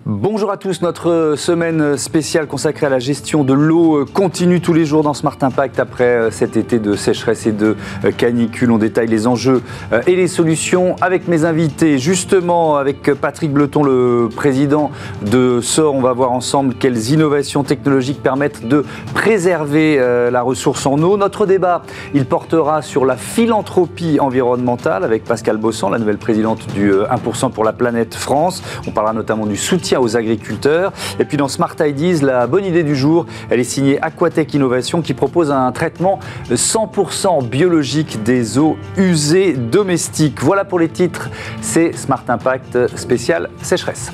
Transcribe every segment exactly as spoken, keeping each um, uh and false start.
Bonjour à tous, notre semaine spéciale consacrée à la gestion de l'eau continue tous les jours dans Smart Impact après cet été de sécheresse et de canicule. On détaille les enjeux et les solutions avec mes invités. Justement, avec Patrick Bleton, le président de S O R, on va voir ensemble quelles innovations technologiques permettent de préserver la ressource en eau. Notre débat, il portera sur la philanthropie environnementale avec Pascale Bossan, la nouvelle présidente du un pour cent pour la planète France. On parlera notamment du soutien aux agriculteurs. Et puis dans Smart Ideas, la bonne idée du jour, elle est signée Aquatech Innovation qui propose un traitement cent pour cent biologique des eaux usées domestiques. Voilà pour les titres, c'est Smart Impact spécial sécheresse.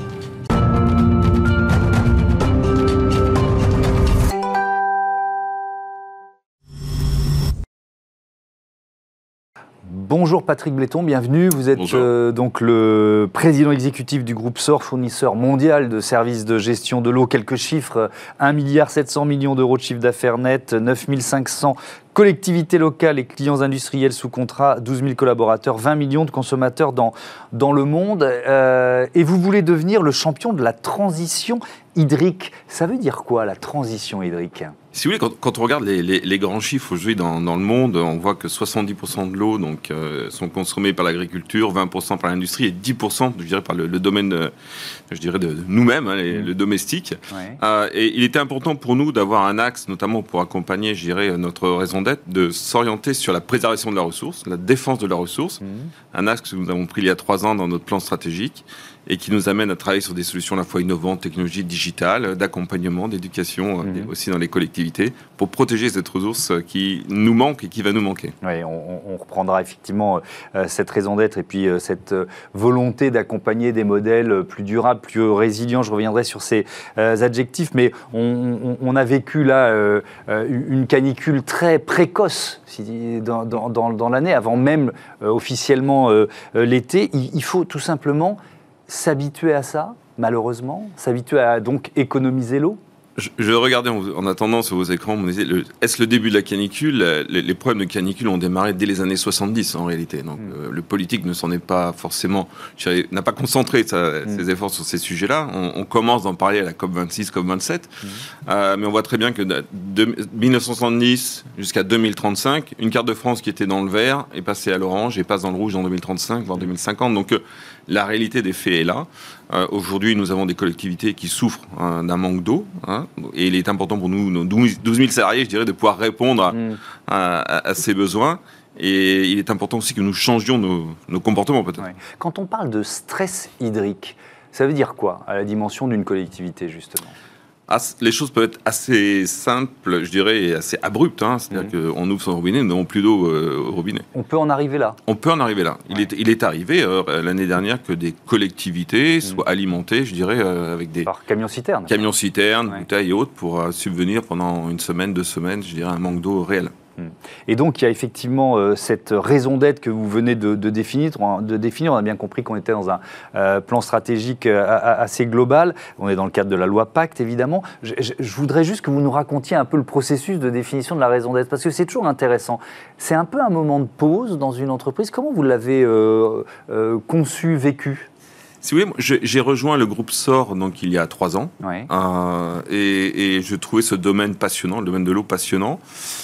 Bonjour Patrick Bleton, bienvenue. Vous êtes euh, donc le président exécutif du groupe S O R, fournisseur mondial de services de gestion de l'eau. Quelques chiffres, un milliard sept cents millions d'euros de chiffre d'affaires net, neuf mille cinq cents collectivités locales et clients industriels sous contrat, douze mille collaborateurs, vingt millions de consommateurs dans, dans le monde. Euh, et vous voulez devenir le champion de la transition hydrique. Ça veut dire quoi, la transition hydrique ? Si vous voulez, quand, quand on regarde les, les, les grands chiffres aujourd'hui dans, dans le monde, on voit que soixante-dix pour cent de l'eau donc, euh, sont consommés par l'agriculture, vingt pour cent par l'industrie et dix pour cent je dirais, par le, le domaine de, je dirais de, de nous-mêmes, hein, les, mmh. le domestique. Ouais. Euh, et il était important pour nous d'avoir un axe, notamment pour accompagner je dirais, notre raison d'être, de s'orienter sur la préservation de la ressource, la défense de la ressource. Mmh. Un axe que nous avons pris il y a trois ans dans notre plan stratégique et qui nous amène à travailler sur des solutions à la fois innovantes, technologies digitales, d'accompagnement, d'éducation, mmh. aussi dans les collectivités, pour protéger cette ressource qui nous manque et qui va nous manquer. Oui, on, on reprendra effectivement euh, cette raison d'être et puis euh, cette euh, volonté d'accompagner des modèles plus durables, plus résilients. Je reviendrai sur ces euh, adjectifs, mais on, on, on a vécu là euh, une canicule très précoce dans, dans, dans, dans l'année, avant même euh, officiellement euh, l'été. Il, il faut tout simplement s'habituer à ça, malheureusement, s'habituer à donc économiser l'eau. Je, je regardais en, en attendant sur vos écrans, on me disait, le, est-ce le début de la canicule ? les, les problèmes de canicule ont démarré dès les années soixante-dix en réalité. Donc mmh. euh, le politique ne s'en est pas forcément, n'a pas concentré sa, mmh. ses efforts sur ces sujets-là. On, on commence d'en parler à la COP vingt-six, COP vingt-sept, mmh. euh, mais on voit très bien que de, de mille neuf cent soixante-dix jusqu'à deux mille trente-cinq, une carte de France qui était dans le vert est passée à l'orange et passe dans le rouge en deux mille trente-cinq, voire deux mille cinquante. Donc euh, la réalité des faits est là. Euh, aujourd'hui, nous avons des collectivités qui souffrent hein, d'un manque d'eau, hein, et il est important pour nous, nos douze mille salariés, je dirais, de pouvoir répondre à, mmh. à, à, à ces besoins. Et il est important aussi que nous changions nos, nos comportements, peut-être. Ouais. Quand on parle de stress hydrique, ça veut dire quoi à la dimension d'une collectivité, justement ? Ah, les choses peuvent être assez simples, je dirais, et assez abruptes. Hein. C'est-à-dire mmh. qu'on ouvre son robinet, nous n'avons plus d'eau euh, au robinet. On peut en arriver là. On peut en arriver là. Ouais. Il, est, il est arrivé euh, l'année dernière que des collectivités mmh. soient alimentées, je dirais, euh, avec des... Par camions-citernes. Camions-citernes, ouais. bouteilles et autres, pour euh, subvenir pendant une semaine, deux semaines, je dirais, un manque d'eau réel. Et donc, il y a effectivement euh, cette raison d'être que vous venez de, de, définir, de définir. On a bien compris qu'on était dans un euh, plan stratégique euh, assez global. On est dans le cadre de la loi Pacte, évidemment. Je, je, je voudrais juste que vous nous racontiez un peu le processus de définition de la raison d'être, parce que c'est toujours intéressant. C'est un peu un moment de pause dans une entreprise. Comment vous l'avez euh, euh, conçu, vécu ? Si vous voulez, j'ai rejoint le groupe S O R donc, il y a trois ans. Ouais. Euh, et, et je trouvais ce domaine passionnant, le domaine de l'eau passionnant.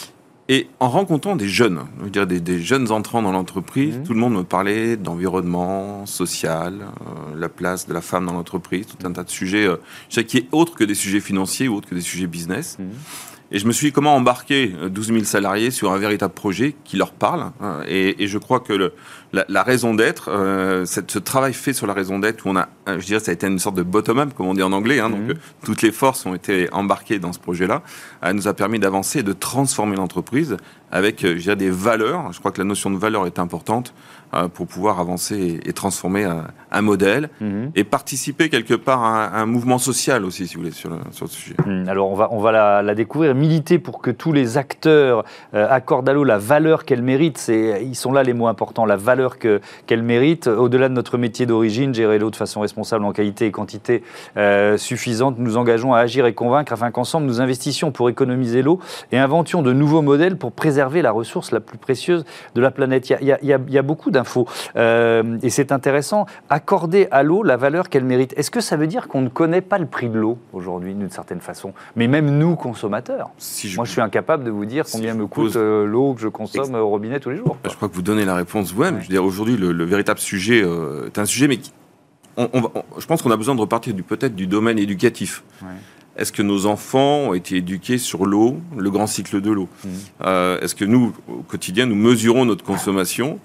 Et en rencontrant des jeunes, je veux dire des, des jeunes entrants dans l'entreprise, mmh. tout le monde me parlait d'environnement, social, euh, la place de la femme dans l'entreprise, tout un tas de sujets euh, qui est autre que des sujets financiers ou autre que des sujets business. Mmh. Et je me suis dit comment embarquer douze mille salariés sur un véritable projet qui leur parle. Hein, et, et je crois que le, la, la raison d'être, euh, cette, ce travail fait sur la raison d'être, où on a, je dirais, ça a été une sorte de bottom-up, comme on dit en anglais. Hein, mmh. Donc, euh, toutes les forces ont été embarquées dans ce projet-là. Euh, nous a permis d'avancer et de transformer l'entreprise avec, euh, je dirais, des valeurs. Je crois que la notion de valeur est importante euh, pour pouvoir avancer et, et transformer un, un modèle mmh. et participer quelque part à un, à un mouvement social aussi, si vous voulez, sur, le, sur ce sujet. Mmh. Alors, on va, on va la, la découvrir. militer pour que tous les acteurs euh, accordent à l'eau la valeur qu'elle mérite. C'est, ils sont là les mots importants, la valeur que, qu'elle mérite. Au-delà de notre métier d'origine, gérer l'eau de façon responsable en qualité et quantité euh, suffisante, nous engageons à agir et convaincre afin qu'ensemble nous investissions pour économiser l'eau et inventions de nouveaux modèles pour préserver la ressource la plus précieuse de la planète. Il y a, il y a, il y a beaucoup d'infos euh, et c'est intéressant. Accorder à l'eau la valeur qu'elle mérite. Est-ce que ça veut dire qu'on ne connaît pas le prix de l'eau aujourd'hui, d'une certaine façon? Mais même nous, consommateurs. Si je... Moi, je suis incapable de vous dire combien si me coûte pose... euh, l'eau que je consomme Ex... au robinet tous les jours. Quoi. Je crois que vous donnez la réponse vous-même. Ouais. Je veux dire, aujourd'hui, le, le véritable sujet euh, est un sujet, mais qui, on, on, on, je pense qu'on a besoin de repartir du, peut-être du domaine éducatif. Ouais. Est-ce que nos enfants ont été éduqués sur l'eau, le grand cycle de l'eau? mmh. euh, Est-ce que nous, au quotidien, nous mesurons notre consommation?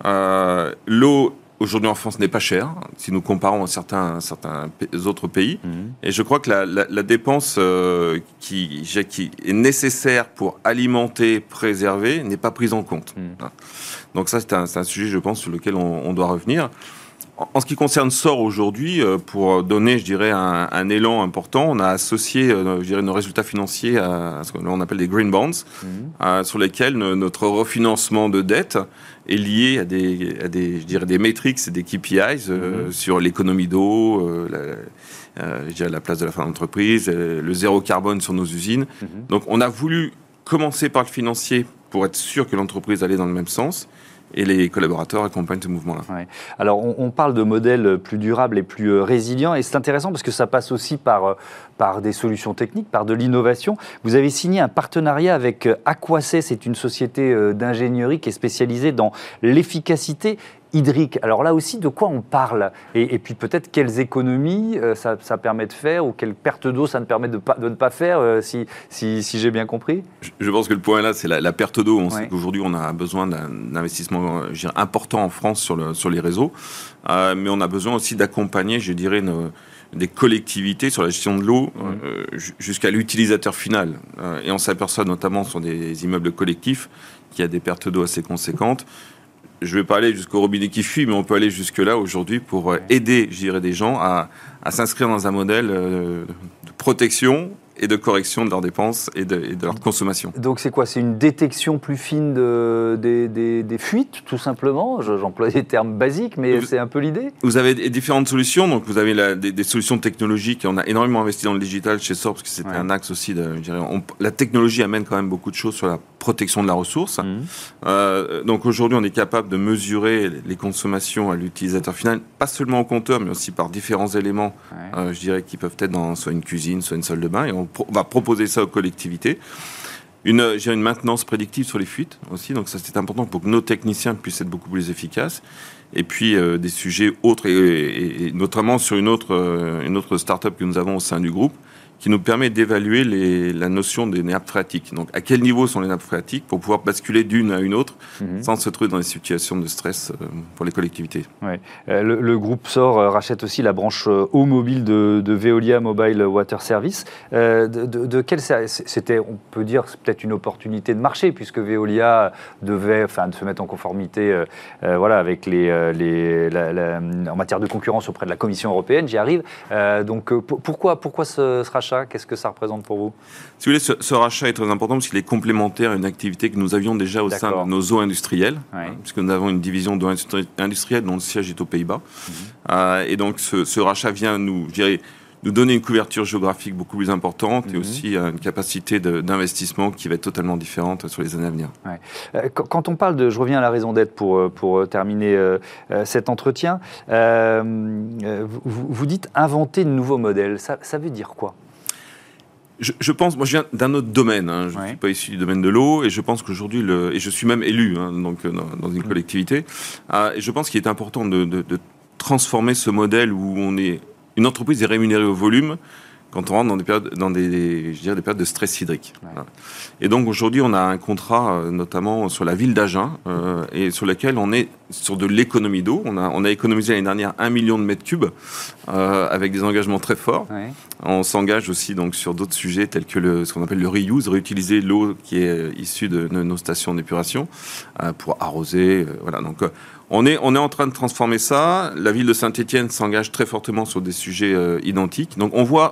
euh, L'eau, aujourd'hui en France, n'est pas chère, si nous comparons à certains, certains autres pays. Mmh. Et je crois que la, la, la dépense euh, qui, qui est nécessaire pour alimenter, préserver, n'est pas prise en compte. Mmh. Donc ça, c'est un, c'est un sujet, je pense, sur lequel on, on doit revenir. En ce qui concerne S O R aujourd'hui, pour donner, je dirais, un, un élan important, on a associé, je dirais, nos résultats financiers à ce qu'on appelle des green bonds, mmh. euh, sur lesquels notre refinancement de dette est lié à des, à des, je dirais, des metrics et des K P Is euh, mmh. sur l'économie d'eau, euh, la, euh, je dirais, la place de la femme d'entreprise, euh, le zéro carbone sur nos usines. Mmh. Donc, on a voulu commencer par le financier pour être sûr que l'entreprise allait dans le même sens. Et les collaborateurs accompagnent ce mouvement-là. Ouais. Alors, on, on parle de modèles plus durables et plus résilients, et c'est intéressant parce que ça passe aussi par, par des solutions techniques, par de l'innovation. Vous avez signé un partenariat avec Aquacet, c'est une société d'ingénierie qui est spécialisée dans l'efficacité hydrique. Alors là aussi, de quoi on parle? et, et puis peut-être quelles économies euh, ça, ça permet de faire, ou quelles pertes d'eau ça ne permet de, pas, de ne pas faire, euh, si, si, si j'ai bien compris. Je, je pense que le point là, c'est la, la perte d'eau. On ouais. sait qu'aujourd'hui, on a besoin d'un investissement je dirais, important en France sur, le, sur les réseaux, euh, mais on a besoin aussi d'accompagner, je dirais, nos, des collectivités sur la gestion de l'eau mmh. euh, jusqu'à l'utilisateur final. Euh, et on s'aperçoit notamment sur des immeubles collectifs qu'il y a des pertes d'eau assez conséquentes. Je ne vais pas aller jusqu'au robinet qui fuit, mais on peut aller jusque-là aujourd'hui pour aider, je dirais, des gens à, à s'inscrire dans un modèle de protection et de correction de leurs dépenses et de, et de leur consommation. Donc c'est quoi? C'est une détection plus fine de, des, des, des fuites, tout simplement? J'emploie des termes basiques, mais vous, c'est un peu l'idée. Vous avez différentes solutions. Donc vous avez la, des, des solutions technologiques. On a énormément investi dans le digital chez S O R, parce que c'était ouais. un axe aussi. De, je dirais, on, la technologie amène quand même beaucoup de choses sur la protection de la ressource. Mmh. Euh, donc aujourd'hui, on est capable de mesurer les consommations à l'utilisateur final, pas seulement au compteur, mais aussi par différents éléments, ouais. euh, je dirais, qui peuvent être dans soit une cuisine, soit une salle de bain. Et on on va proposer ça aux collectivités. Une, j'ai une maintenance prédictive sur les fuites aussi, donc ça c'est important pour que nos techniciens puissent être beaucoup plus efficaces. Et puis euh, des sujets autres, et, et, et notamment sur une autre, euh, une autre start-up que nous avons au sein du groupe, qui nous permet d'évaluer les, la notion des nappes phréatiques. Donc, à quel niveau sont les nappes phréatiques pour pouvoir basculer d'une à une autre mmh. sans se trouver dans des situations de stress euh, pour les collectivités. Ouais. Euh, le, le groupe S O R euh, rachète aussi la branche euh, eau mobile de, de Veolia Mobile Water Service. Euh, de, de, de quel c'était, on peut dire, c'est peut-être une opportunité de marché, puisque Veolia devait, enfin, se mettre en conformité, euh, euh, voilà, avec les, les, la, la, en matière de concurrence auprès de la Commission européenne. J'y arrive. Euh, donc, euh, pourquoi, pourquoi ce, ce rachat? Qu'est-ce que ça représente pour vous? Si vous voulez, ce, ce rachat est très important parce qu'il est complémentaire à une activité que nous avions déjà au D'accord. sein de nos eaux industrielles, ouais. hein, puisque nous avons une division d'eau industrielle dont le siège est aux Pays-Bas. Mmh. Euh, et donc, ce, ce rachat vient nous, je dirais, nous donner une couverture géographique beaucoup plus importante mmh. et aussi euh, une capacité de, d'investissement qui va être totalement différente sur les années à venir. Ouais. Euh, quand on parle de... Je reviens à la raison d'être pour, pour terminer euh, euh, cet entretien. Euh, vous, vous dites inventer de nouveaux modèles. Ça, ça veut dire quoi? Je, je pense, moi je viens d'un autre domaine, hein, je ne ouais. suis pas issu du domaine de l'eau, et je pense qu'aujourd'hui, le, et je suis même élu hein, donc, dans, dans une mmh. collectivité, euh, et je pense qu'il est important de, de, de transformer ce modèle où on est, une entreprise est rémunérée au volume quand on rentre dans des périodes, dans des, je dirais, des périodes de stress hydrique. Ouais. Voilà. Et donc aujourd'hui, on a un contrat, euh, notamment sur la ville d'Agen, euh, et sur lequel on est sur de l'économie d'eau. On a, on a économisé l'année dernière un million de mètres cubes, euh, avec des engagements très forts. Ouais. On s'engage aussi donc sur d'autres sujets tels que le, ce qu'on appelle le reuse, réutiliser l'eau qui est issue de, de nos stations d'épuration euh, pour arroser. Euh, voilà. Donc euh, on est, on est en train de transformer ça. La ville de Saint-Étienne s'engage très fortement sur des sujets euh, identiques. Donc on voit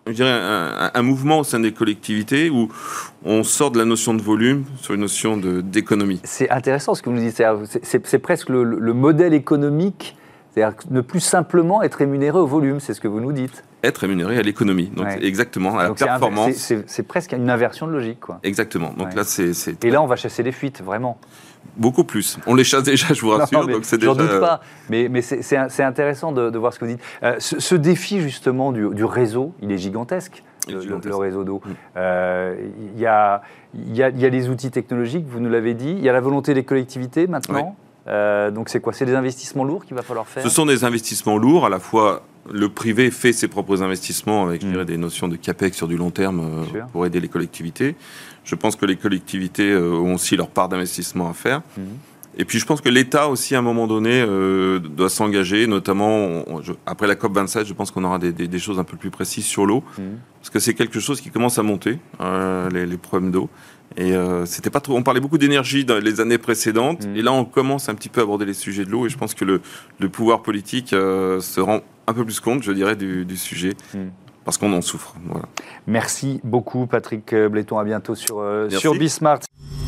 je dirais, un, un mouvement au sein des collectivités où on sort de la notion de volume sur une notion de, d'économie. C'est intéressant ce que vous nous dites. C'est, c'est, c'est presque le, le modèle économique, c'est-à-dire ne plus simplement être rémunéré au volume, c'est ce que vous nous dites. Être rémunéré à l'économie, donc ouais. exactement, à la donc performance. C'est, c'est, c'est presque une inversion de logique, quoi. Exactement. Donc ouais. là, c'est, c'est. Et là, on va chasser les fuites, vraiment. Beaucoup plus. On les chasse déjà, je vous rassure. Non, donc c'est j'en déjà... doute pas, mais, mais c'est, c'est, c'est intéressant de, de voir ce que vous dites. Euh, ce, ce défi, justement, du, du réseau, il est gigantesque, le, gigantesque. le réseau d'eau. Il mmh. euh, y, a, y, a, y a les outils technologiques, vous nous l'avez dit, il y a la volonté des collectivités maintenant. Oui. Euh, donc c'est quoi? C'est des investissements lourds qu'il va falloir faire? Ce sont des investissements lourds, à la fois le privé fait ses propres investissements avec mmh. je dirais, des notions de capex sur du long terme euh, pour aider les collectivités. Je pense que les collectivités euh, ont aussi leur part d'investissement à faire. Mmh. Et puis je pense que l'État aussi à un moment donné euh, doit s'engager, notamment on, je, après la COP vingt-sept, je pense qu'on aura des, des, des choses un peu plus précises sur l'eau, mmh. parce que c'est quelque chose qui commence à monter, euh, les, les problèmes d'eau. Et euh, c'était pas trop. On parlait beaucoup d'énergie dans les années précédentes, mmh. et là on commence un petit peu à aborder les sujets de l'eau. Et je pense que le, le pouvoir politique euh, se rend un peu plus compte, je dirais, du, du sujet. Mmh. Parce qu'on en souffre. Voilà. Merci beaucoup, Patrick Bléton. À bientôt sur, euh, sur Bismart.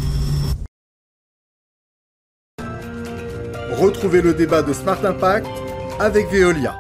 Retrouvez le débat de Smart Impact avec Veolia.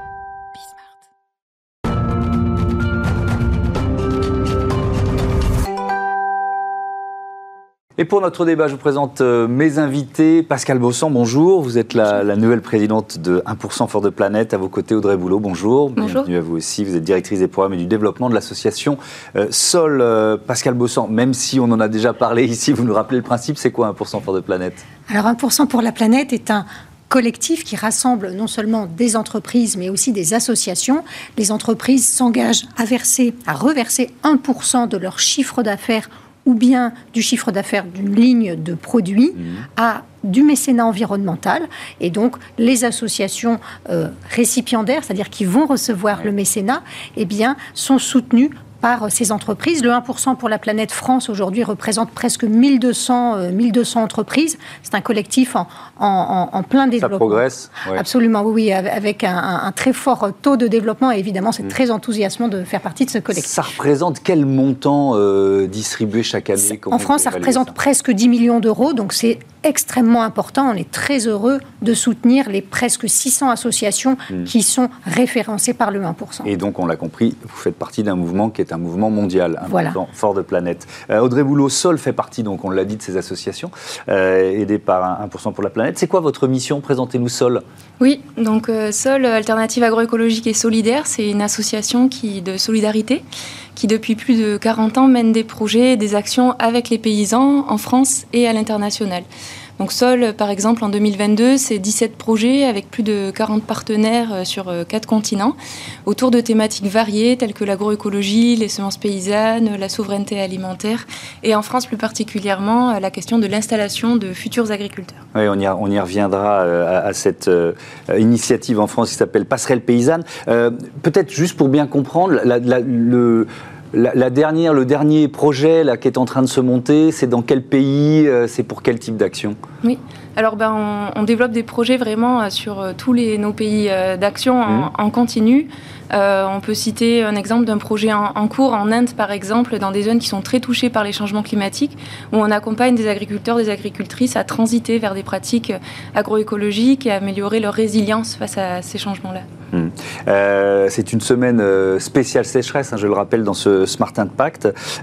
Et pour notre débat, je vous présente euh, mes invités. Pascal Bossan, bonjour. Vous êtes la, la nouvelle présidente de un pour cent for the Planet. À vos côtés, Audrey Boulot, bonjour. Bonjour. Bienvenue à vous aussi. Vous êtes directrice des programmes et du développement de l'association euh, Sol. Euh, Pascal Bossan, même si on en a déjà parlé ici, vous nous rappelez le principe, c'est quoi un pour cent for the Planet? Alors un pour cent pour la planète est un collectif qui rassemble non seulement des entreprises, mais aussi des associations. Les entreprises s'engagent à verser, à reverser un pour cent de leur chiffre d'affaires ou bien du chiffre d'affaires d'une ligne de produits mmh. à du mécénat environnemental. Et donc, les associations euh, récipiendaires, c'est-à-dire qui vont recevoir ouais. le mécénat, eh bien, sont soutenues par ces entreprises. Le un pour cent pour la planète France, aujourd'hui, représente presque mille deux cents entreprises. C'est un collectif en, en, en plein développement. Ça progresse ouais. Absolument, oui, avec un, un très fort taux de développement. Et évidemment, c'est mmh. très enthousiasmant de faire partie de ce collectif. Ça représente quel montant euh, distribué chaque année? En France, ça représente ça presque dix millions d'euros. Donc, c'est extrêmement important. On est très heureux de soutenir les presque six cents associations mmh. qui sont référencées par le un pour cent. Et donc, on l'a compris, vous faites partie d'un mouvement qui est un mouvement mondial, un voilà. mouvement for the Planet. Euh, Audrey Boulot, Sol fait partie, donc on l'a dit, de ces associations, euh, aidées par un pour cent pour la planète. C'est quoi votre mission? Présentez-nous Sol. Oui, donc euh, Sol, Alternative agroécologique et solidaire, c'est une association qui, de solidarité qui, depuis plus de quarante ans, mène des projets, des actions avec les paysans en France et à l'international. Donc Sol, par exemple, en deux mille vingt-deux, c'est dix-sept projets avec plus de quarante partenaires sur quatre continents, autour de thématiques variées telles que l'agroécologie, les semences paysannes, la souveraineté alimentaire, et en France plus particulièrement la question de l'installation de futurs agriculteurs. Oui, on y, on y reviendra à, à cette euh, initiative en France qui s'appelle Passerelle paysanne. Euh, peut-être juste pour bien comprendre, la, la, le... La, la dernière, le dernier projet là, qui est en train de se monter, c'est dans quel pays? C'est pour quel type d'action? Oui, alors ben, on, on développe des projets vraiment sur tous les, nos pays d'action en, mmh. en continu. Euh, on peut citer un exemple d'un projet en, en cours en Inde, par exemple, dans des zones qui sont très touchées par les changements climatiques, où on accompagne des agriculteurs, des agricultrices à transiter vers des pratiques agroécologiques et à améliorer leur résilience face à ces changements-là. Mmh. Euh, c'est une semaine spéciale sécheresse, hein, je le rappelle, dans ce Smart Impact.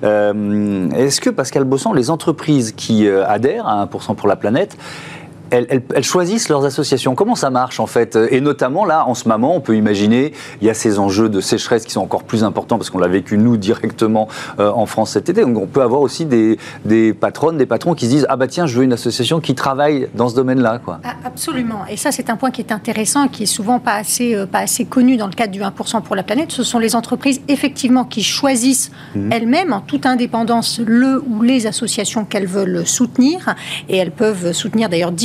Euh, est-ce que, Pascal Bossan, les entreprises qui euh, adhèrent à un pour cent pour la planète, Elles, elles, elles choisissent leurs associations. Comment ça marche en fait? Et notamment là, en ce moment, on peut imaginer, il y a ces enjeux de sécheresse qui sont encore plus importants parce qu'on l'a vécu nous directement euh, en France cet été. Donc on peut avoir aussi des, des patronnes, des patrons qui se disent ah bah tiens, je veux une association qui travaille dans ce domaine-là, quoi. Ah, absolument. Et ça, c'est un point qui est intéressant, qui est souvent pas assez, euh, pas assez connu dans le cadre du un pour cent pour la planète. Ce sont les entreprises effectivement qui choisissent mmh. elles-mêmes, en toute indépendance, le ou les associations qu'elles veulent soutenir. Et elles peuvent soutenir d'ailleurs différentes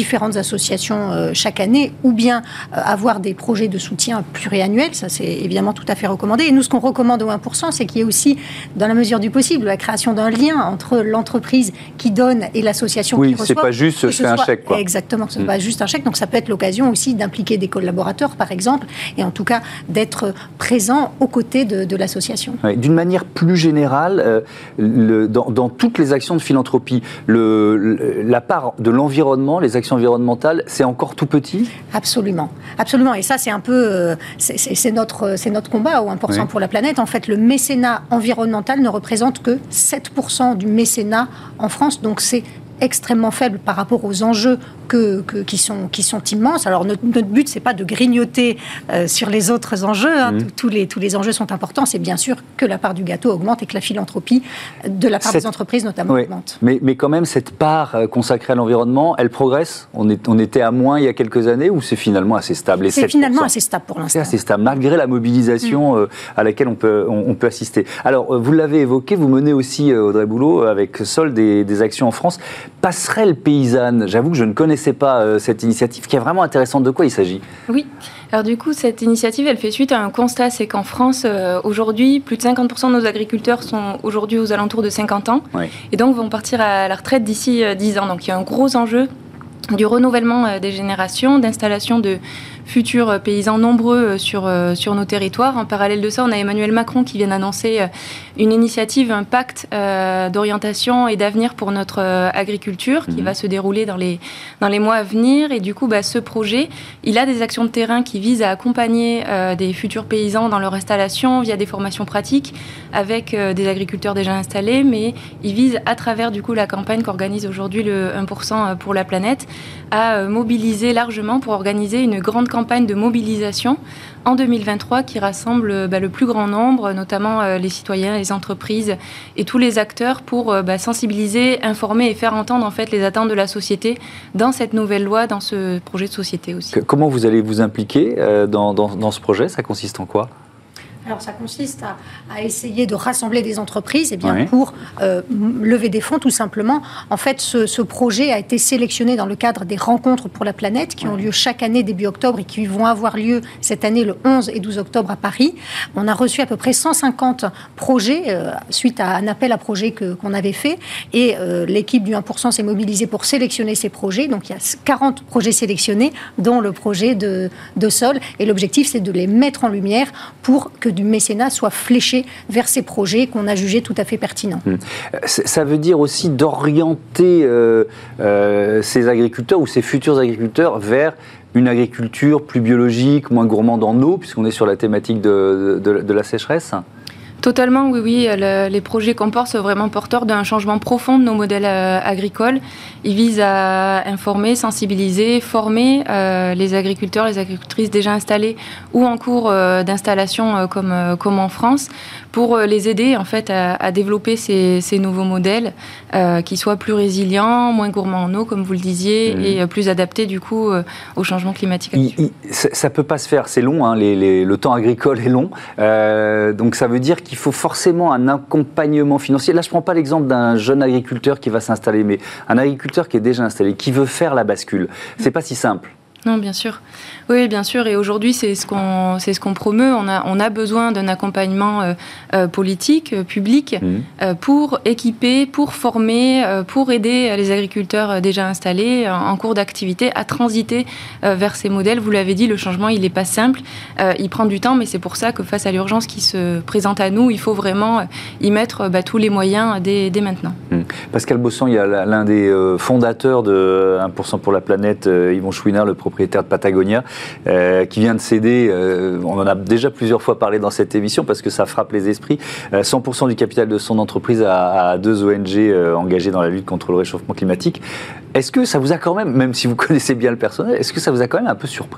différentes associations euh, chaque année, ou bien euh, avoir des projets de soutien pluriannuels, ça c'est évidemment tout à fait recommandé. Et nous, ce qu'on recommande au un pour cent, c'est qu'il y ait aussi, dans la mesure du possible, la création d'un lien entre l'entreprise qui donne et l'association oui, qui reçoit. Oui, c'est pas juste je fais un chèque, quoi. Exactement, ce n'est mmh. pas juste un chèque. Donc ça peut être l'occasion aussi d'impliquer des collaborateurs, par exemple, et en tout cas d'être présent aux côtés de, de l'association. Oui, d'une manière plus générale, euh, le, dans, dans toutes les actions de philanthropie, le, le, la part de l'environnement, les actions environnementales, c'est encore tout petit ? Absolument, absolument. Et ça, c'est un peu, euh, c'est, c'est, c'est notre, c'est notre combat au un pour cent oui. pour la planète. En fait, le mécénat environnemental ne représente que sept pour cent du mécénat en France, donc c'est extrêmement faible par rapport aux enjeux que, que, qui, sont, qui sont immenses. Alors notre, notre but, c'est pas de grignoter euh, sur les autres enjeux. Hein. Mmh. Tous, les, tous les enjeux sont importants. C'est bien sûr que la part du gâteau augmente et que la philanthropie de la part cette... des entreprises notamment oui. augmente. Mais, mais quand même, cette part consacrée à l'environnement, elle progresse. On, est, on était à moins il y a quelques années ou c'est finalement assez stable et c'est sept pour cent finalement assez stable pour l'instant. C'est assez stable, malgré la mobilisation mmh. euh, à laquelle on peut, on, on peut assister. Alors, euh, vous l'avez évoqué, vous menez aussi, euh, Audrey Boulot, avec Sol, des, des actions en France. Passerelle paysanne, j'avoue que je ne connaissais pas euh, cette initiative qui est vraiment intéressante. De quoi il s'agit ? Oui, alors du coup cette initiative elle fait suite à un constat, c'est qu'en France euh, aujourd'hui plus de cinquante pour cent de nos agriculteurs sont aujourd'hui aux alentours de cinquante ans oui. et donc vont partir à la retraite d'ici euh, dix ans. Donc il y a un gros enjeu du renouvellement euh, des générations, d'installation de futurs paysans nombreux sur, sur nos territoires. En parallèle de ça, on a Emmanuel Macron qui vient d'annoncer une initiative, un pacte euh, d'orientation et d'avenir pour notre euh, agriculture qui mmh. va se dérouler dans les, dans les mois à venir. Et du coup, bah, ce projet, il a des actions de terrain qui visent à accompagner euh, des futurs paysans dans leur installation via des formations pratiques avec euh, des agriculteurs déjà installés, mais il vise à travers du coup la campagne qu'organise aujourd'hui le un pour cent pour la planète à euh, mobiliser largement pour organiser une grande campagne campagne de mobilisation en deux mille vingt-trois qui rassemble bah, le plus grand nombre, notamment euh, les citoyens, les entreprises et tous les acteurs pour euh, bah, sensibiliser, informer et faire entendre en fait les attentes de la société dans cette nouvelle loi, dans ce projet de société aussi. Comment vous allez vous impliquer euh, dans, dans, dans ce projet ? Ça consiste en quoi ? Alors, ça consiste à, à essayer de rassembler des entreprises eh bien, oui. pour euh, lever des fonds, tout simplement. En fait, ce, ce projet a été sélectionné dans le cadre des rencontres pour la planète qui oui. ont lieu chaque année début octobre et qui vont avoir lieu cette année le onze et douze octobre à Paris. On a reçu à peu près cent cinquante projets euh, suite à un appel à projets que, qu'on avait fait et euh, l'équipe du un pour cent s'est mobilisée pour sélectionner ces projets. Donc, il y a quarante projets sélectionnés, dont le projet de, de Sol. Et l'objectif, c'est de les mettre en lumière pour que du mécénat soit fléché vers ces projets qu'on a jugés tout à fait pertinents. Mmh. Ça veut dire aussi d'orienter euh, euh, ces agriculteurs ou ces futurs agriculteurs vers une agriculture plus biologique, moins gourmande en eau, puisqu'on est sur la thématique de, de, de la sécheresse ? Totalement, oui, oui. Le, les projets qu'on porte sont vraiment porteurs d'un changement profond de nos modèles euh, agricoles. Ils visent à informer, sensibiliser, former euh, les agriculteurs, les agricultrices déjà installés ou en cours euh, d'installation euh, comme, euh, comme en France, pour euh, les aider en fait à, à développer ces, ces nouveaux modèles euh, qui soient plus résilients, moins gourmands en eau, comme vous le disiez, mmh. et euh, plus adaptés du coup euh, au changement climatique actuel. Il, il, ça peut pas se faire, c'est long, hein, les, les, le temps agricole est long, euh, donc ça veut dire qu'il faut forcément un accompagnement financier. Là, je ne prends pas l'exemple d'un jeune agriculteur qui va s'installer, mais un agriculteur qui est déjà installé, qui veut faire la bascule. Ce n'est pas si simple. Non, bien sûr. Oui, bien sûr. Et aujourd'hui, c'est ce qu'on, c'est ce qu'on promeut. On a, on a besoin d'un accompagnement euh, euh, politique, euh, public, mmh. euh, pour équiper, pour former, euh, pour aider les agriculteurs déjà installés en, en cours d'activité à transiter euh, vers ces modèles. Vous l'avez dit, le changement, il n'est pas simple. Euh, il prend du temps, mais c'est pour ça que face à l'urgence qui se présente à nous, il faut vraiment y mettre bah, tous les moyens dès, dès maintenant. Mmh. Pascal Bossan, il y a l'un des euh, fondateurs de un pour cent pour la planète, euh, Yvon Chouinard, le propriétaire de Patagonia, euh, qui vient de céder, euh, on en a déjà plusieurs fois parlé dans cette émission parce que ça frappe les esprits, euh, cent pour cent du capital de son entreprise à, à deux O N G euh, engagées dans la lutte contre le réchauffement climatique. Est-ce que ça vous a quand même, même si vous connaissez bien le personnel, est-ce que ça vous a quand même un peu surprise ?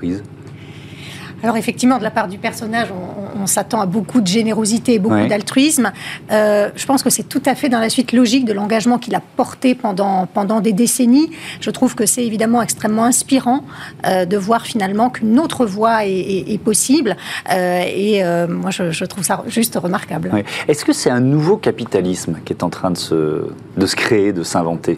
Alors effectivement, de la part du personnage, on, on s'attend à beaucoup de générosité et beaucoup ouais. d'altruisme. Euh, je pense que c'est tout à fait dans la suite logique de l'engagement qu'il a porté pendant, pendant des décennies. Je trouve que c'est évidemment extrêmement inspirant euh, de voir finalement qu'une autre voie est, est, est possible. Euh, et euh, moi, je, je trouve ça juste remarquable. Ouais. Est-ce que c'est un nouveau capitalisme qui est en train de se, de se créer, de s'inventer ?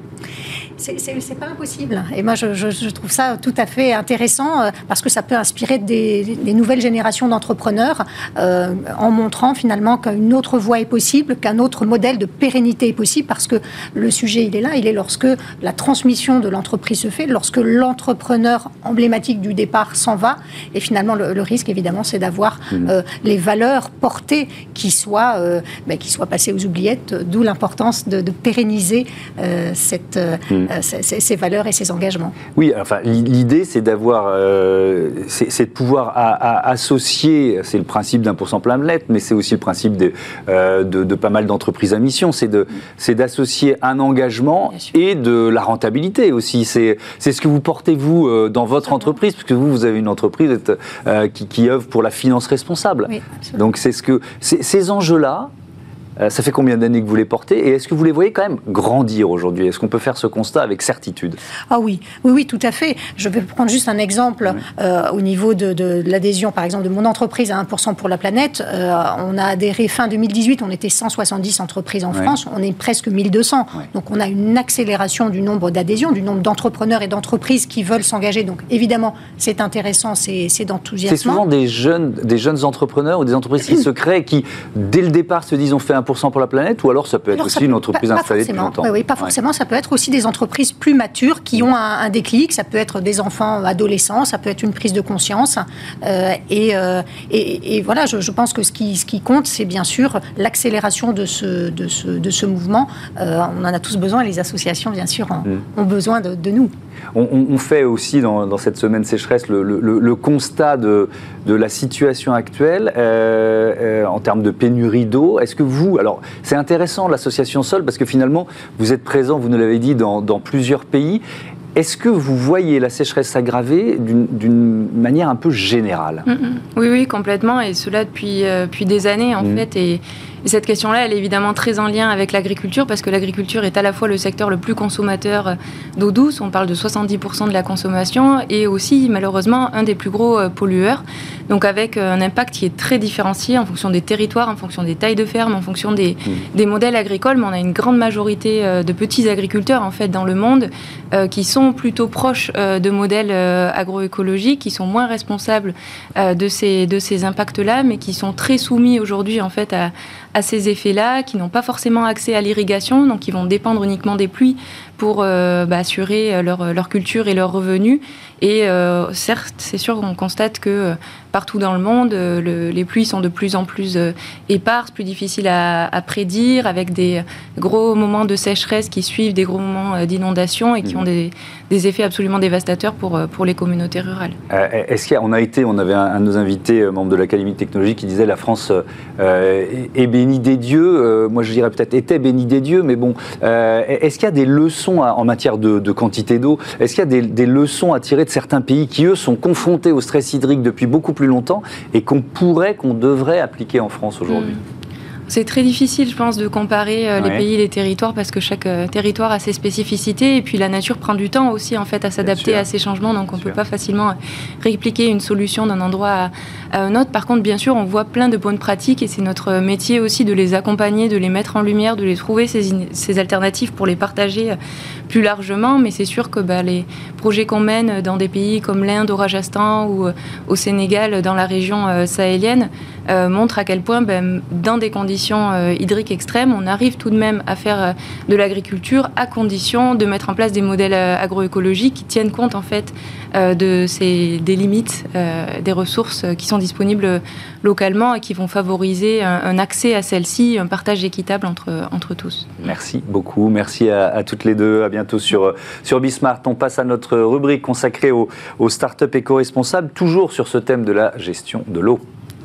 C'est, c'est, c'est pas impossible. Et moi, je, je, je trouve ça tout à fait intéressant euh, parce que ça peut inspirer des, des nouvelles générations d'entrepreneurs euh, en montrant finalement qu'une autre voie est possible, qu'un autre modèle de pérennité est possible, parce que le sujet, il est là. Il est lorsque la transmission de l'entreprise se fait, lorsque l'entrepreneur emblématique du départ s'en va. Et finalement, le, le risque, évidemment, c'est d'avoir mmh. euh, les valeurs portées qui soient, euh, ben, qui soient passées aux oubliettes, d'où l'importance de, de pérenniser euh, cette... Euh, mmh. Euh, ces, ces valeurs et ces engagements. Oui, enfin, l'idée, c'est d'avoir, euh, c'est, c'est de pouvoir à, à associer, c'est le principe d'un pour cent plein de lettres, mais c'est aussi le principe de, euh, de, de pas mal d'entreprises à mission, c'est, de, c'est d'associer un engagement et de la rentabilité aussi. C'est, c'est ce que vous portez, vous, euh, dans votre absolument. entreprise, parce que vous, vous avez une entreprise euh, qui, qui œuvre pour la finance responsable. Oui, donc, c'est ce que, c'est, ces enjeux-là, Euh, ça fait combien d'années que vous les portez et est-ce que vous les voyez quand même grandir aujourd'hui ? Est-ce qu'on peut faire ce constat avec certitude ? Ah oui, oui, oui, tout à fait. Je vais prendre juste un exemple oui. euh, au niveau de, de, de l'adhésion, par exemple, de mon entreprise à un pour cent pour la planète. Euh, on a adhéré fin deux mille dix-huit, on était cent soixante-dix entreprises en oui. France, on est presque mille deux cents. Oui. Donc on a une accélération du nombre d'adhésions, du nombre d'entrepreneurs et d'entreprises qui veulent s'engager. Donc évidemment, c'est intéressant, c'est, c'est d'enthousiasme. C'est souvent des jeunes, des jeunes entrepreneurs ou des entreprises qui se créent, qui dès le départ se disent on fait un pour cent pour la planète, ou alors ça peut être alors, aussi peut, une entreprise pas, installée pas depuis longtemps. Oui, oui, pas forcément. Ouais. Ça peut être aussi des entreprises plus matures qui ont un, un déclic. Ça peut être des enfants adolescents, ça peut être une prise de conscience. Euh, et, euh, et, et voilà, je, je pense que ce qui, ce qui compte, c'est bien sûr l'accélération de ce, de ce, de ce mouvement. Euh, on en a tous besoin et les associations, bien sûr, en, mmh. ont besoin de, de nous. On, on fait aussi dans, dans cette semaine sécheresse le, le, le constat de, de la situation actuelle euh, euh, en termes de pénurie d'eau. Est-ce que vous, alors c'est intéressant l'association Sol parce que finalement vous êtes présent, vous nous l'avez dit, dans, dans plusieurs pays. Est-ce que vous voyez la sécheresse s'aggraver d'une, d'une manière un peu générale ? mmh, Oui, oui, complètement, et cela depuis, euh, depuis des années en mmh. fait. Et, et cette question-là, elle est évidemment très en lien avec l'agriculture, parce que l'agriculture est à la fois le secteur le plus consommateur d'eau douce, on parle de soixante-dix pour cent de la consommation, et aussi malheureusement un des plus gros euh, pollueurs, donc avec euh, un impact qui est très différencié en fonction des territoires, en fonction des tailles de ferme, en fonction des, mmh. des modèles agricoles, mais on a une grande majorité euh, de petits agriculteurs en fait dans le monde euh, qui sont plutôt proches euh, de modèles euh, agroécologiques, qui sont moins responsables euh, de ces, de ces impacts-là, mais qui sont très soumis aujourd'hui en fait à, à ces effets-là, qui n'ont pas forcément accès à l'irrigation, donc qui vont dépendre uniquement des pluies pour euh, bah, assurer leur, leur culture et leurs revenus. Et euh, certes, c'est sûr qu'on constate que euh, partout dans le monde, euh, le, les pluies sont de plus en plus euh, éparses, plus difficiles à, à prédire, avec des gros moments de sécheresse qui suivent des gros moments euh, d'inondation et qui mmh. ont des, des effets absolument dévastateurs pour, pour les communautés rurales. Euh, est-ce qu'il y a, on a été, on avait un, un de nos invités, euh, membre de l'Académie de technologie, qui disait la France euh, est bénie des dieux. Euh, moi, je dirais peut-être était bénie des dieux, mais bon, euh, est-ce qu'il y a des leçons à, en matière de, de quantité d'eau ? Est-ce qu'il y a des, des leçons à tirer de certains pays qui, eux, sont confrontés au stress hydrique depuis beaucoup plus longtemps et qu'on pourrait, qu'on devrait appliquer en France aujourd'hui ? mmh. C'est très difficile, je pense, de comparer euh, ouais. les pays et les territoires parce que chaque euh, territoire a ses spécificités et puis la nature prend du temps aussi en fait à s'adapter à ces changements, donc on ne peut pas facilement répliquer une solution d'un endroit à, à un autre. Par contre, bien sûr, on voit plein de bonnes pratiques et c'est notre métier aussi de les accompagner, de les mettre en lumière, de les trouver ces, in- ces alternatives pour les partager euh, plus largement. Mais c'est sûr que bah, les projets qu'on mène dans des pays comme l'Inde, au Rajasthan ou euh, au Sénégal, dans la région euh, sahélienne, euh, montrent à quel point bah, dans des conditions hydriques extrêmes, on arrive tout de même à faire de l'agriculture à condition de mettre en place des modèles agroécologiques qui tiennent compte en fait de ces, des limites des ressources qui sont disponibles localement et qui vont favoriser un, un accès à celles-ci, un partage équitable entre, entre tous. Merci beaucoup, merci à, à toutes les deux, à bientôt sur, sur Bismart. On passe à notre rubrique consacrée aux, aux startups éco-responsables, toujours sur ce thème de la gestion de l'eau.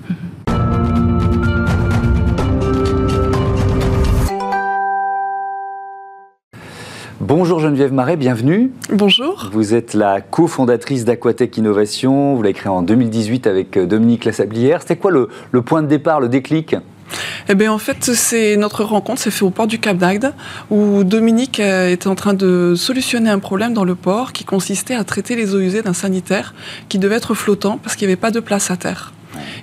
Bonjour Geneviève Marais, bienvenue. Bonjour. Vous êtes la cofondatrice d'Aquatech Innovation. Vous l'avez créée en deux mille dix-huit avec Dominique Lassablière. C'était quoi le, le point de départ, le déclic ? Eh bien, en fait, c'est notre rencontre s'est faite au port du Cap d'Agde, où Dominique était en train de solutionner un problème dans le port qui consistait à traiter les eaux usées d'un sanitaire qui devait être flottant parce qu'il n'y avait pas de place à terre.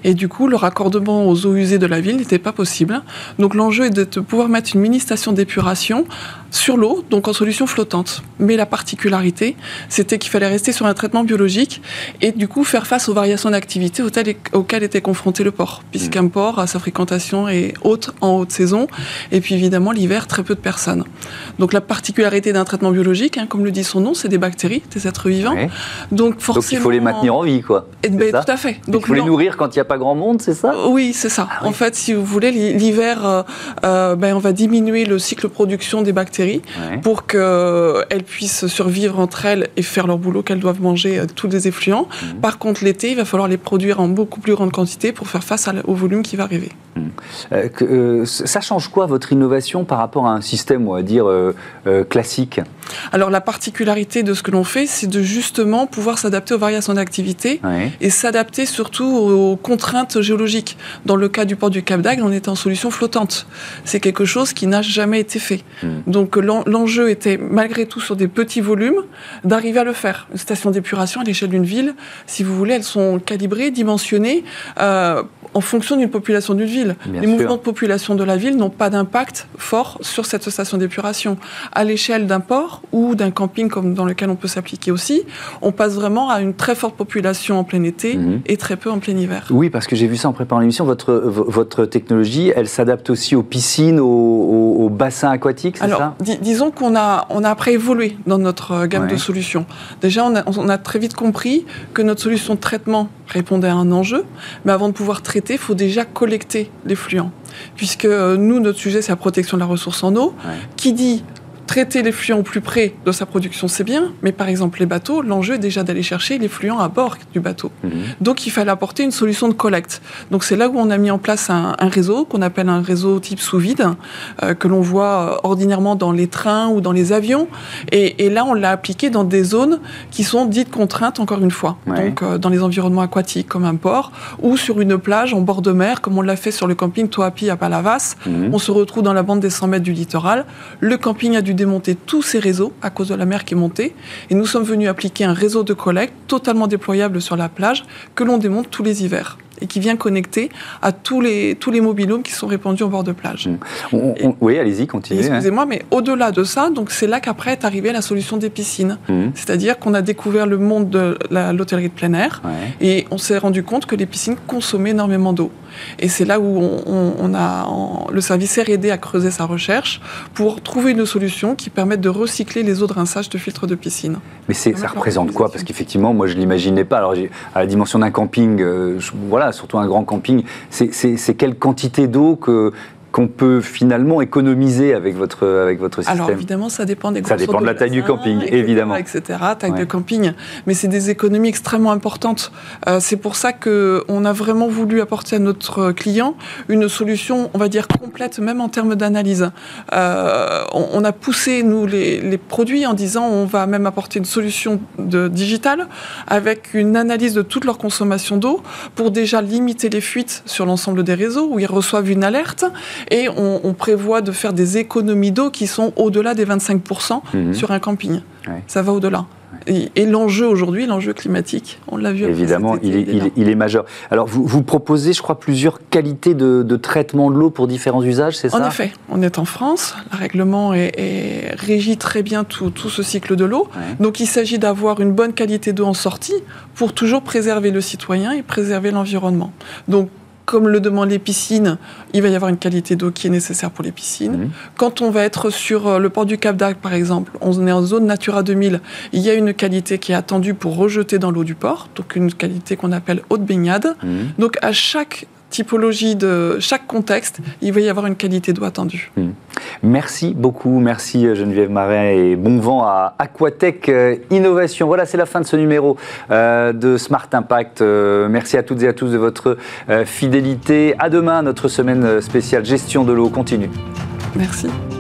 Et du coup, le raccordement aux eaux usées de la ville n'était pas possible. Donc l'enjeu est de pouvoir mettre une mini-station d'épuration sur l'eau, donc en solution flottante. Mais la particularité, c'était qu'il fallait rester sur un traitement biologique et du coup faire face aux variations d'activité auxquelles était confronté le port, puisqu'un port, sa fréquentation est haute en haute saison, et puis évidemment l'hiver, très peu de personnes. Donc la particularité d'un traitement biologique, hein, comme le dit son nom, c'est des bactéries, des êtres vivants. Ouais. Donc forcément... Donc il faut les maintenir en vie, quoi. Et ben, tout à fait. Donc, il faut les nourrir quand il n'y a pas grand monde, c'est ça ? Oui, c'est ça. Ah, oui. En fait, si vous voulez, l'hiver, euh, euh, ben, on va diminuer le cycle de production des bactéries ouais. pour qu'elles puissent survivre entre elles et faire leur boulot qu'elles doivent manger euh, tous les effluents. Mmh. Par contre, l'été, il va falloir les produire en beaucoup plus grande quantité pour faire face à, au volume qui va arriver. Mmh. Euh, que, euh, ça change quoi, votre innovation, par rapport à un système, on va dire, euh, euh, classique ? Alors, la particularité de ce que l'on fait, c'est de justement pouvoir s'adapter aux variations d'activité ouais. et s'adapter surtout aux contraintes géologiques. Dans le cas du port du Cap d'Agde, on était en solution flottante. C'est quelque chose qui n'a jamais été fait. Mmh. Donc, l'enjeu était, malgré tout, sur des petits volumes, d'arriver à le faire. Une station d'épuration à l'échelle d'une ville, si vous voulez, elles sont calibrées, dimensionnées euh, en fonction d'une population d'une ville. Bien Les sûr. mouvements de population de la ville n'ont pas d'impact fort sur cette station d'épuration. À l'échelle d'un port ou d'un camping comme dans lequel on peut s'appliquer aussi, on passe vraiment à une très forte population en plein été mmh. et très peu en plein hiver. Oui, parce que j'ai vu ça en préparant l'émission, votre, votre technologie, elle s'adapte aussi aux piscines, aux, aux, aux bassins aquatiques, c'est Alors, ça dis, disons qu'on a, on a après évolué dans notre gamme ouais. de solutions. Déjà, on a, on a très vite compris que notre solution de traitement répondait à un enjeu, mais avant de pouvoir traiter, il faut déjà collecter l'effluent. Puisque nous, notre sujet, c'est la protection de la ressource en eau, ouais. qui dit traiter l'effluent au plus près de sa production, c'est bien, mais par exemple les bateaux, l'enjeu est déjà d'aller chercher l'effluent à bord du bateau. Mmh. Donc il fallait apporter une solution de collecte. Donc c'est là où on a mis en place un, un réseau qu'on appelle un réseau type sous-vide, euh, que l'on voit ordinairement dans les trains ou dans les avions. Et, et là, on l'a appliqué dans des zones qui sont dites contraintes, encore une fois. Ouais. Donc euh, dans les environnements aquatiques, comme un port, ou sur une plage en bord de mer, comme on l'a fait sur le camping Toapi à Palavas. Mmh. On se retrouve dans la bande des cent mètres du littoral. Le camping a dû démonter tous ces réseaux à cause de la mer qui est montée. Et nous sommes venus appliquer un réseau de collecte totalement déployable sur la plage que l'on démonte tous les hivers et qui vient connecter à tous les, tous les mobil-homes qui sont répandus au bord de plage. Mmh. On, on, oui, allez-y, continuez. Excusez-moi, hein. mais au-delà de ça, donc c'est là qu'après est arrivée la solution des piscines. Mmh. C'est-à-dire qu'on a découvert le monde de la, l'hôtellerie de plein air ouais. et on s'est rendu compte que les piscines consommaient énormément d'eau. Et c'est là où on, on, on a, on, le service R et D a creusé sa recherche pour trouver une solution qui permette de recycler les eaux de rinçage de filtres de piscine. Mais c'est, ça représente quoi ? Parce qu'effectivement, moi je ne l'imaginais pas. Alors, j'ai, à la dimension d'un camping, euh, je, voilà, surtout un grand camping, c'est, c'est, c'est quelle quantité d'eau que... qu'on peut finalement économiser avec votre, avec votre système ? Alors évidemment, ça dépend des Ça dépend de la taille du camping, et cetera, évidemment. et cetera, taille ouais. de camping. Mais c'est des économies extrêmement importantes. Euh, c'est pour ça qu'on a vraiment voulu apporter à notre client une solution, on va dire, complète, même en termes d'analyse. Euh, on, on a poussé, nous, les, les produits en disant on va même apporter une solution de, digitale avec une analyse de toute leur consommation d'eau pour déjà limiter les fuites sur l'ensemble des réseaux où ils reçoivent une alerte. Et on, on prévoit de faire des économies d'eau qui sont au-delà des vingt-cinq pour cent mmh. sur un camping. Ouais. Ça va au-delà. Ouais. Et, et l'enjeu aujourd'hui, l'enjeu climatique, on l'a vu. Évidemment, il est, il, est, il est majeur. Alors, vous, vous proposez, je crois, plusieurs qualités de, de traitement de l'eau pour différents usages, c'est ça ? En effet, on est en France, le règlement est, est, régit très bien tout, tout ce cycle de l'eau. Ouais. Donc, il s'agit d'avoir une bonne qualité d'eau en sortie pour toujours préserver le citoyen et préserver l'environnement. Donc, comme le demandent les piscines, il va y avoir une qualité d'eau qui est nécessaire pour les piscines. Mmh. Quand on va être sur le port du Cap d'Agde, par exemple, on est en zone Natura deux mille, il y a une qualité qui est attendue pour rejeter dans l'eau du port, donc une qualité qu'on appelle eau de baignade. Mmh. Donc à chaque typologie de chaque contexte, il va y avoir une qualité d'eau attendue. Mmh. Merci beaucoup, merci Geneviève Marin et bon vent à Aquatech Innovation. Voilà, c'est la fin de ce numéro euh, de Smart Impact. Euh, merci à toutes et à tous de votre euh, fidélité. À demain, notre semaine spéciale gestion de l'eau continue. Merci.